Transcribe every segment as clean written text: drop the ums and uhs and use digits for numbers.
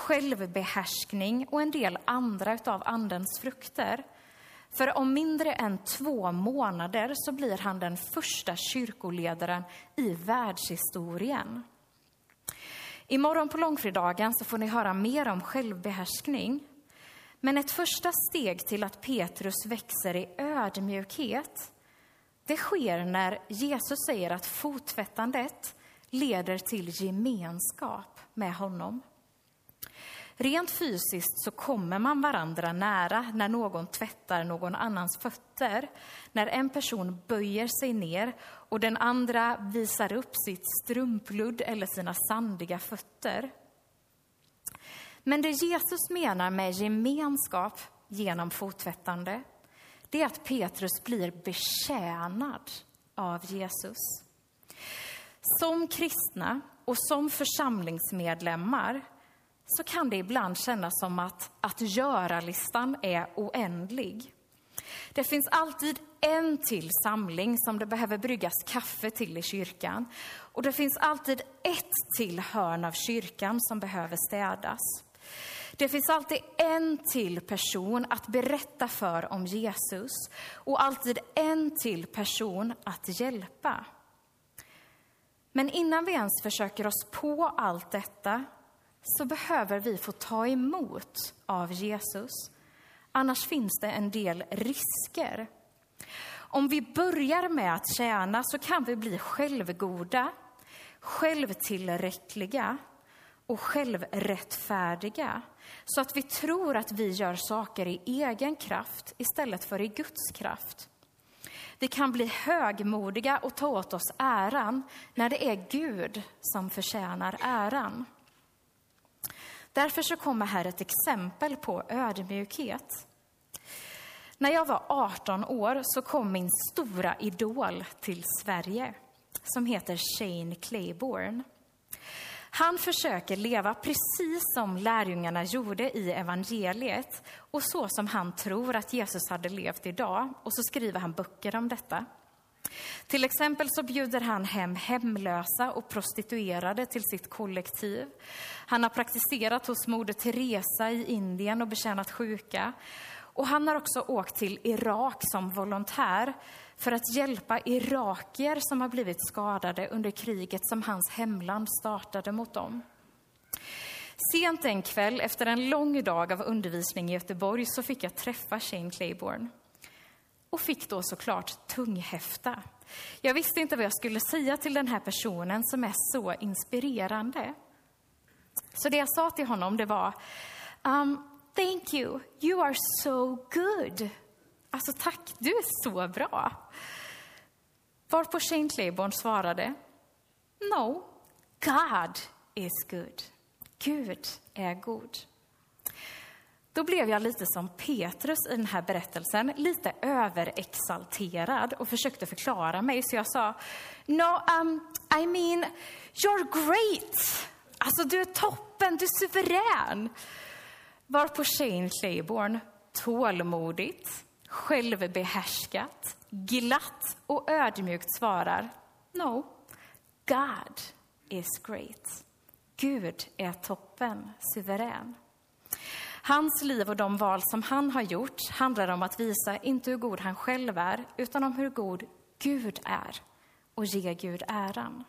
självbehärskning och en del andra utav andens frukter. För om mindre än 2 månader så blir han den första kyrkoledaren i världshistorien. Imorgon på långfredagen så får ni höra mer om självbehärskning. Men ett första steg till att Petrus växer i ödmjukhet, det sker när Jesus säger att fottvättandet leder till gemenskap med honom. Rent fysiskt så kommer man varandra nära när någon tvättar någon annans fötter. När en person böjer sig ner och den andra visar upp sitt strumpludd eller sina sandiga fötter. Men det Jesus menar med gemenskap genom fottvättande, det är att Petrus blir betjänad av Jesus. Som kristna och som församlingsmedlemmar så kan det ibland kännas som att göra-listan är oändlig. Det finns alltid en till samling som det behöver bryggas kaffe till i kyrkan. Och det finns alltid ett till hörn av kyrkan som behöver städas. Det finns alltid en till person att berätta för om Jesus och alltid en till person att hjälpa. Men innan vi ens försöker oss på allt detta så behöver vi få ta emot av Jesus. Annars finns det en del risker. Om vi börjar med att tjäna så kan vi bli självgoda, självtillräckliga och självrättfärdiga. Så att vi tror att vi gör saker i egen kraft istället för i Guds kraft. Vi kan bli högmodiga och ta åt oss äran när det är Gud som förtjänar äran. Därför så kommer här ett exempel på ödmjukhet. När jag var 18 år så kom min stora idol till Sverige som heter Shane Claiborne. Han försöker leva precis som lärjungarna gjorde i evangeliet och så som han tror att Jesus hade levt idag. Och så skriver han böcker om detta. Till exempel så bjuder han hem hemlösa och prostituerade till sitt kollektiv. Han har praktiserat hos Moder Teresa i Indien och betjänat sjuka. Och han har också åkt till Irak som volontär för att hjälpa irakier som har blivit skadade under kriget som hans hemland startade mot dem. Sent en kväll efter en lång dag av undervisning i Göteborg så fick jag träffa Shane Claiborne. Och fick då såklart tunghäfta. Jag visste inte vad jag skulle säga till den här personen som är så inspirerande. Så det jag sa till honom det var thank you, you are so good. Alltså tack, du är så bra. Varpå Shane Claiborne svarade, no, God is good. Gud är god. Då blev jag lite som Petrus i den här berättelsen, lite överexalterad och försökte förklara mig. Så jag sa, no, I mean, you're great. Alltså du är toppen, du är suverän. Varpå Shane Claiborne tålmodigt, självbehärskat, glatt och ödmjukt svarar, no, God is great. Gud är toppen, suverän. Hans liv och de val som han har gjort handlar om att visa inte hur god han själv är, utan om hur god Gud är och ge Gud äran.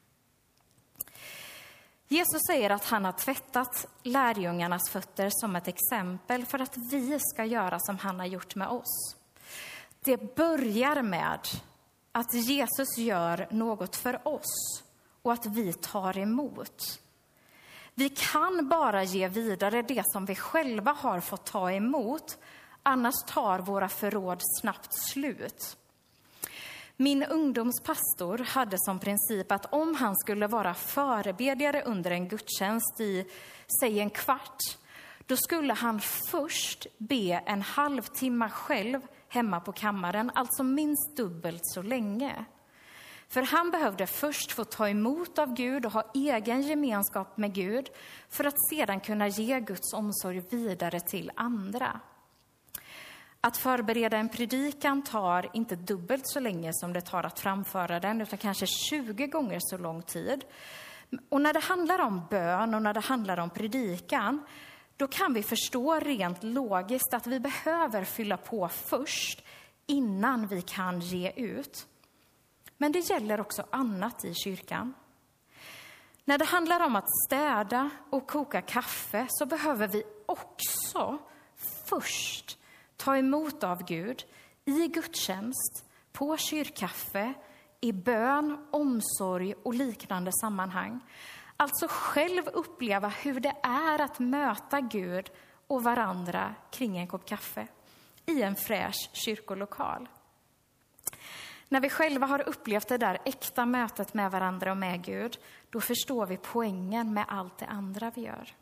Jesus säger att han har tvättat lärjungarnas fötter som ett exempel för att vi ska göra som han har gjort med oss. Det börjar med att Jesus gör något för oss och att vi tar emot. Vi kan bara ge vidare det som vi själva har fått ta emot, annars tar våra förråd snabbt slut. Min ungdomspastor hade som princip att om han skulle vara förebedjare under en gudstjänst i, säg en kvart, då skulle han först be en halvtimme själv hemma på kammaren, alltså minst dubbelt så länge. För han behövde först få ta emot av Gud och ha egen gemenskap med Gud för att sedan kunna ge Guds omsorg vidare till andra. Att förbereda en predikan tar inte dubbelt så länge som det tar att framföra den, utan kanske 20 gånger så lång tid. Och när det handlar om bön och när det handlar om predikan, då kan vi förstå rent logiskt att vi behöver fylla på först innan vi kan ge ut. Men det gäller också annat i kyrkan. När det handlar om att städa och koka kaffe så behöver vi också först ta emot av Gud i gudstjänst, på kyrkkaffe, i bön, omsorg och liknande sammanhang. Alltså själv uppleva hur det är att möta Gud och varandra kring en kopp kaffe i en fräsch kyrkolokal. När vi själva har upplevt det där äkta mötet med varandra och med Gud, då förstår vi poängen med allt det andra vi gör.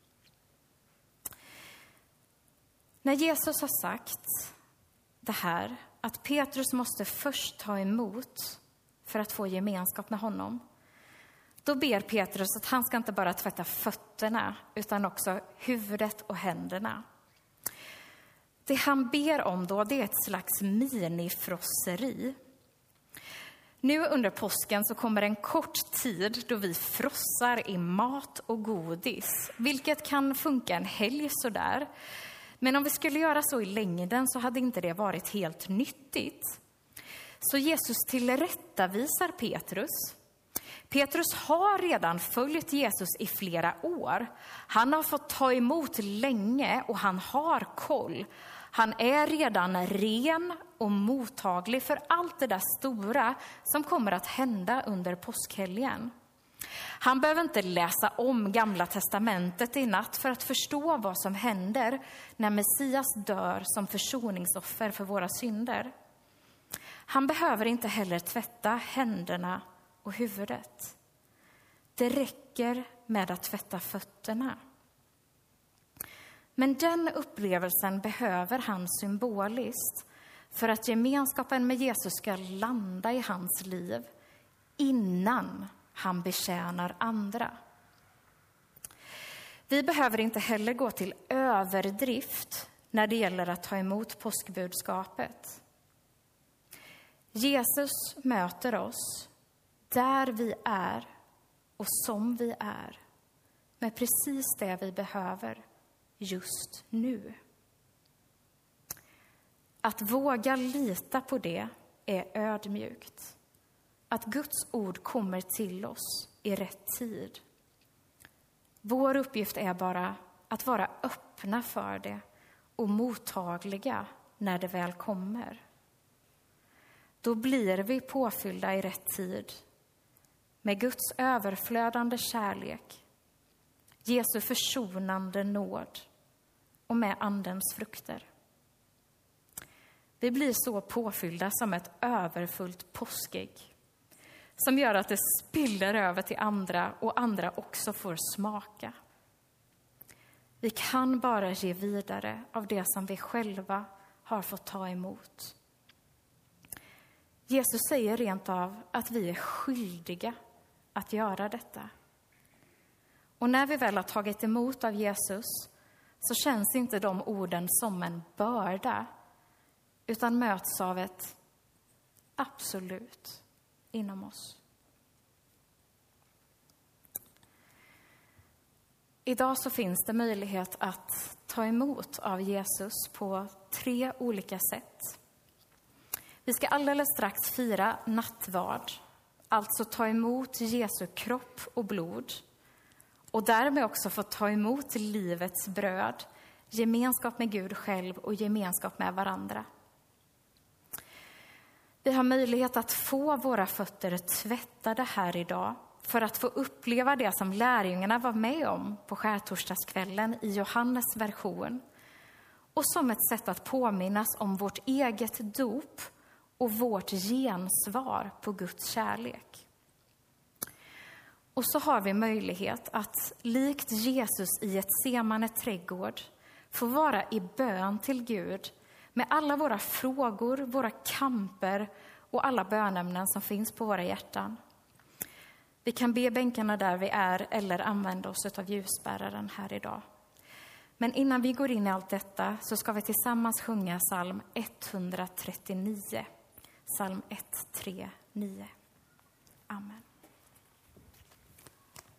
När Jesus har sagt det här, att Petrus måste först ta emot för att få gemenskap med honom, då ber Petrus att han ska inte bara tvätta fötterna utan också huvudet och händerna. Det han ber om då, det är ett slags minifrosseri. Nu under påsken så kommer en kort tid då vi frossar i mat och godis, vilket kan funka en helg sådär. Men om vi skulle göra så i längden så hade inte det varit helt nyttigt. Så Jesus tillrättavisar Petrus. Petrus har redan följt Jesus i flera år. Han har fått ta emot länge och han har koll. Han är redan ren och mottaglig för allt det där stora som kommer att hända under påskhelgen. Han behöver inte läsa om Gamla testamentet i natt för att förstå vad som händer när Messias dör som försoningsoffer för våra synder. Han behöver inte heller tvätta händerna och huvudet. Det räcker med att tvätta fötterna. Men den upplevelsen behöver han symboliskt för att gemenskapen med Jesus ska landa i hans liv innan han betjänar andra. Vi behöver inte heller gå till överdrift när det gäller att ta emot påskbudskapet. Jesus möter oss där vi är och som vi är, med precis det vi behöver just nu. Att våga lita på det är ödmjukt. Att Guds ord kommer till oss i rätt tid. Vår uppgift är bara att vara öppna för det och mottagliga när det väl kommer. Då blir vi påfyllda i rätt tid med Guds överflödande kärlek, Jesu försonande nåd och med andens frukter. Vi blir så påfyllda som ett överfullt påskägg som gör att det spiller över till andra och andra också får smaka. Vi kan bara ge vidare av det som vi själva har fått ta emot. Jesus säger rent av att vi är skyldiga att göra detta. Och när vi väl har tagit emot av Jesus så känns inte de orden som en börda utan möts av ett absolut inom oss. Idag så finns det möjlighet att ta emot av Jesus på 3 olika sätt. Vi ska alldeles strax fira nattvard, alltså ta emot Jesu kropp och blod och därmed också få ta emot livets bröd, gemenskap med Gud själv och gemenskap med varandra. Vi har möjlighet att få våra fötter tvättade här idag för att få uppleva det som lärjungarna var med om på skärtorsdagskvällen i Johannes version och som ett sätt att påminnas om vårt eget dop och vårt gensvar på Guds kärlek. Och så har vi möjlighet att likt Jesus i ett Semane trädgård få vara i bön till Gud med alla våra frågor, våra kamper och alla bönämnen som finns på våra hjärtan. Vi kan be bänkarna där vi är eller använda oss av ljusbäraren här idag. Men innan vi går in i allt detta så ska vi tillsammans sjunga psalm 139. Psalm 139. Amen.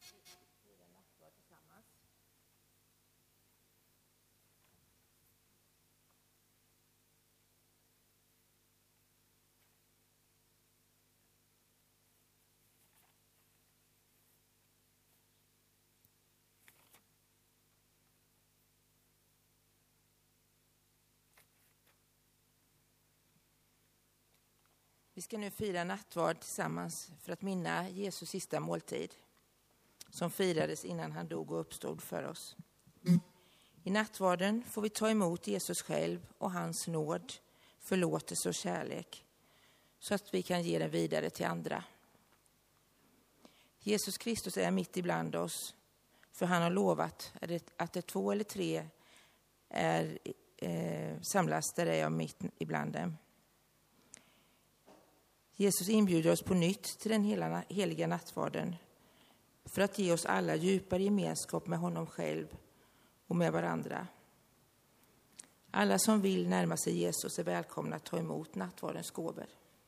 Vi ska nu fira nattvard tillsammans för att minna Jesus sista måltid som firades innan han dog och uppstod för oss. I nattvarden får vi ta emot Jesus själv och hans nåd, förlåtelse och kärlek så att vi kan ge den vidare till andra. Jesus Kristus är mitt ibland oss, för han har lovat att det 2 eller 3 är samlas, där är jag mitt ibland dem. Jesus inbjuder oss på nytt till den heliga nattvarden för att ge oss alla djupare gemenskap med honom själv och med varandra. Alla som vill närma sig Jesus är välkomna att ta emot nattvardens gåvor.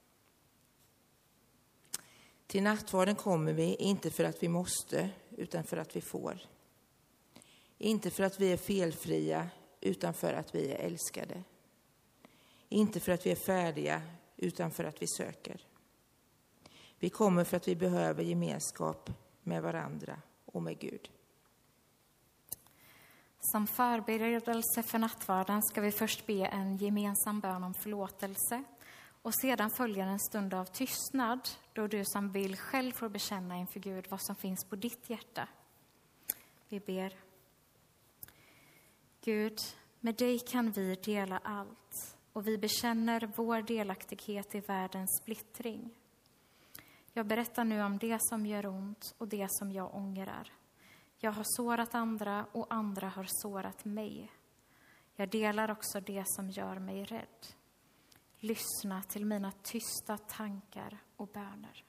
Till nattvarden kommer vi inte för att vi måste, utan för att vi får. Inte för att vi är felfria, utan för att vi är älskade. Inte för att vi är färdiga, utan för att vi söker. Vi kommer för att vi behöver gemenskap med varandra och med Gud. Som förberedelse för nattvarden ska vi först be en gemensam bön om förlåtelse och sedan följer en stund av tystnad då du som vill själv får bekänna inför Gud vad som finns på ditt hjärta. Vi ber. Gud, med dig kan vi dela allt och vi bekänner vår delaktighet i världens splittring. Jag berättar nu om det som gör ont och det som jag ångrar. Jag har sårat andra och andra har sårat mig. Jag delar också det som gör mig rädd. Lyssna till mina tysta tankar och böner.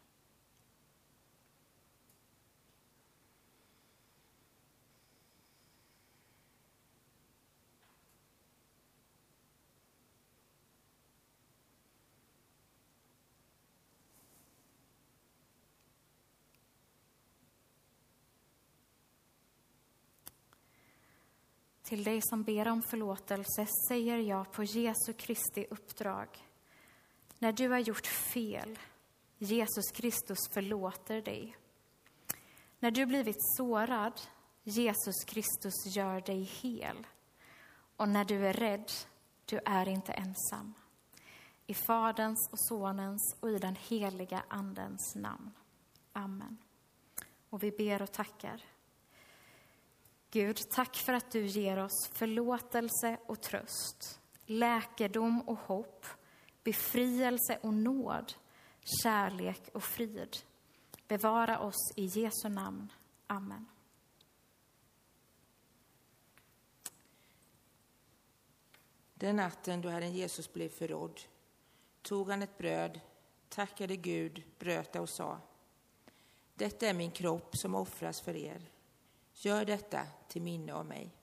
Till dig som ber om förlåtelse säger jag på Jesu Kristi uppdrag. När du har gjort fel, Jesus Kristus förlåter dig. När du blivit sårad, Jesus Kristus gör dig hel. Och när du är rädd, du är inte ensam. I Faderns och Sonens och i den heliga Andens namn. Amen. Och vi ber och tackar. Gud, tack för att du ger oss förlåtelse och tröst, läkedom och hopp, befrielse och nåd, kärlek och frid. Bevara oss i Jesu namn. Amen. Den natten då Herren Jesus blev förrådd tog han ett bröd, tackade Gud, bröt det och sa: Detta är min kropp som offras för er. Gör detta till minne av mig.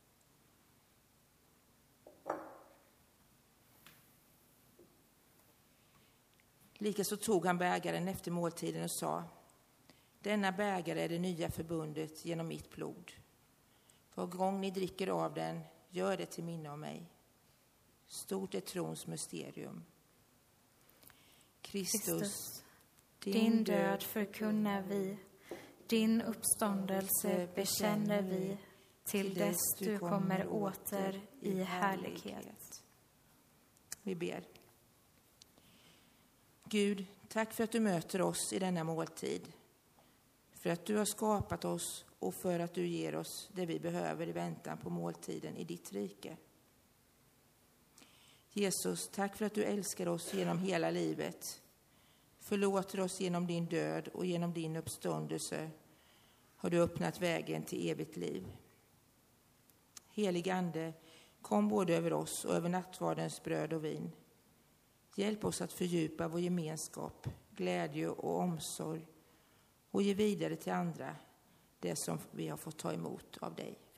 Likaså tog han bägaren efter måltiden och sa: Denna bägare är det nya förbundet genom mitt blod. Var gång ni dricker av den, gör det till minne av mig. Stort är trons mysterium. Kristus, din död förkunnar vi. Din uppståndelse bekänner vi till dess du kommer åter i härlighet. Vi ber. Gud, tack för att du möter oss i denna måltid. För att du har skapat oss och för att du ger oss det vi behöver i väntan på måltiden i ditt rike. Jesus, tack för att du älskar oss genom hela livet. Förlåter oss genom din död och genom din uppståndelse har du öppnat vägen till evigt liv. Helig Ande, kom både över oss och över nattvardens bröd och vin. Hjälp oss att fördjupa vår gemenskap, glädje och omsorg och ge vidare till andra det som vi har fått ta emot av dig.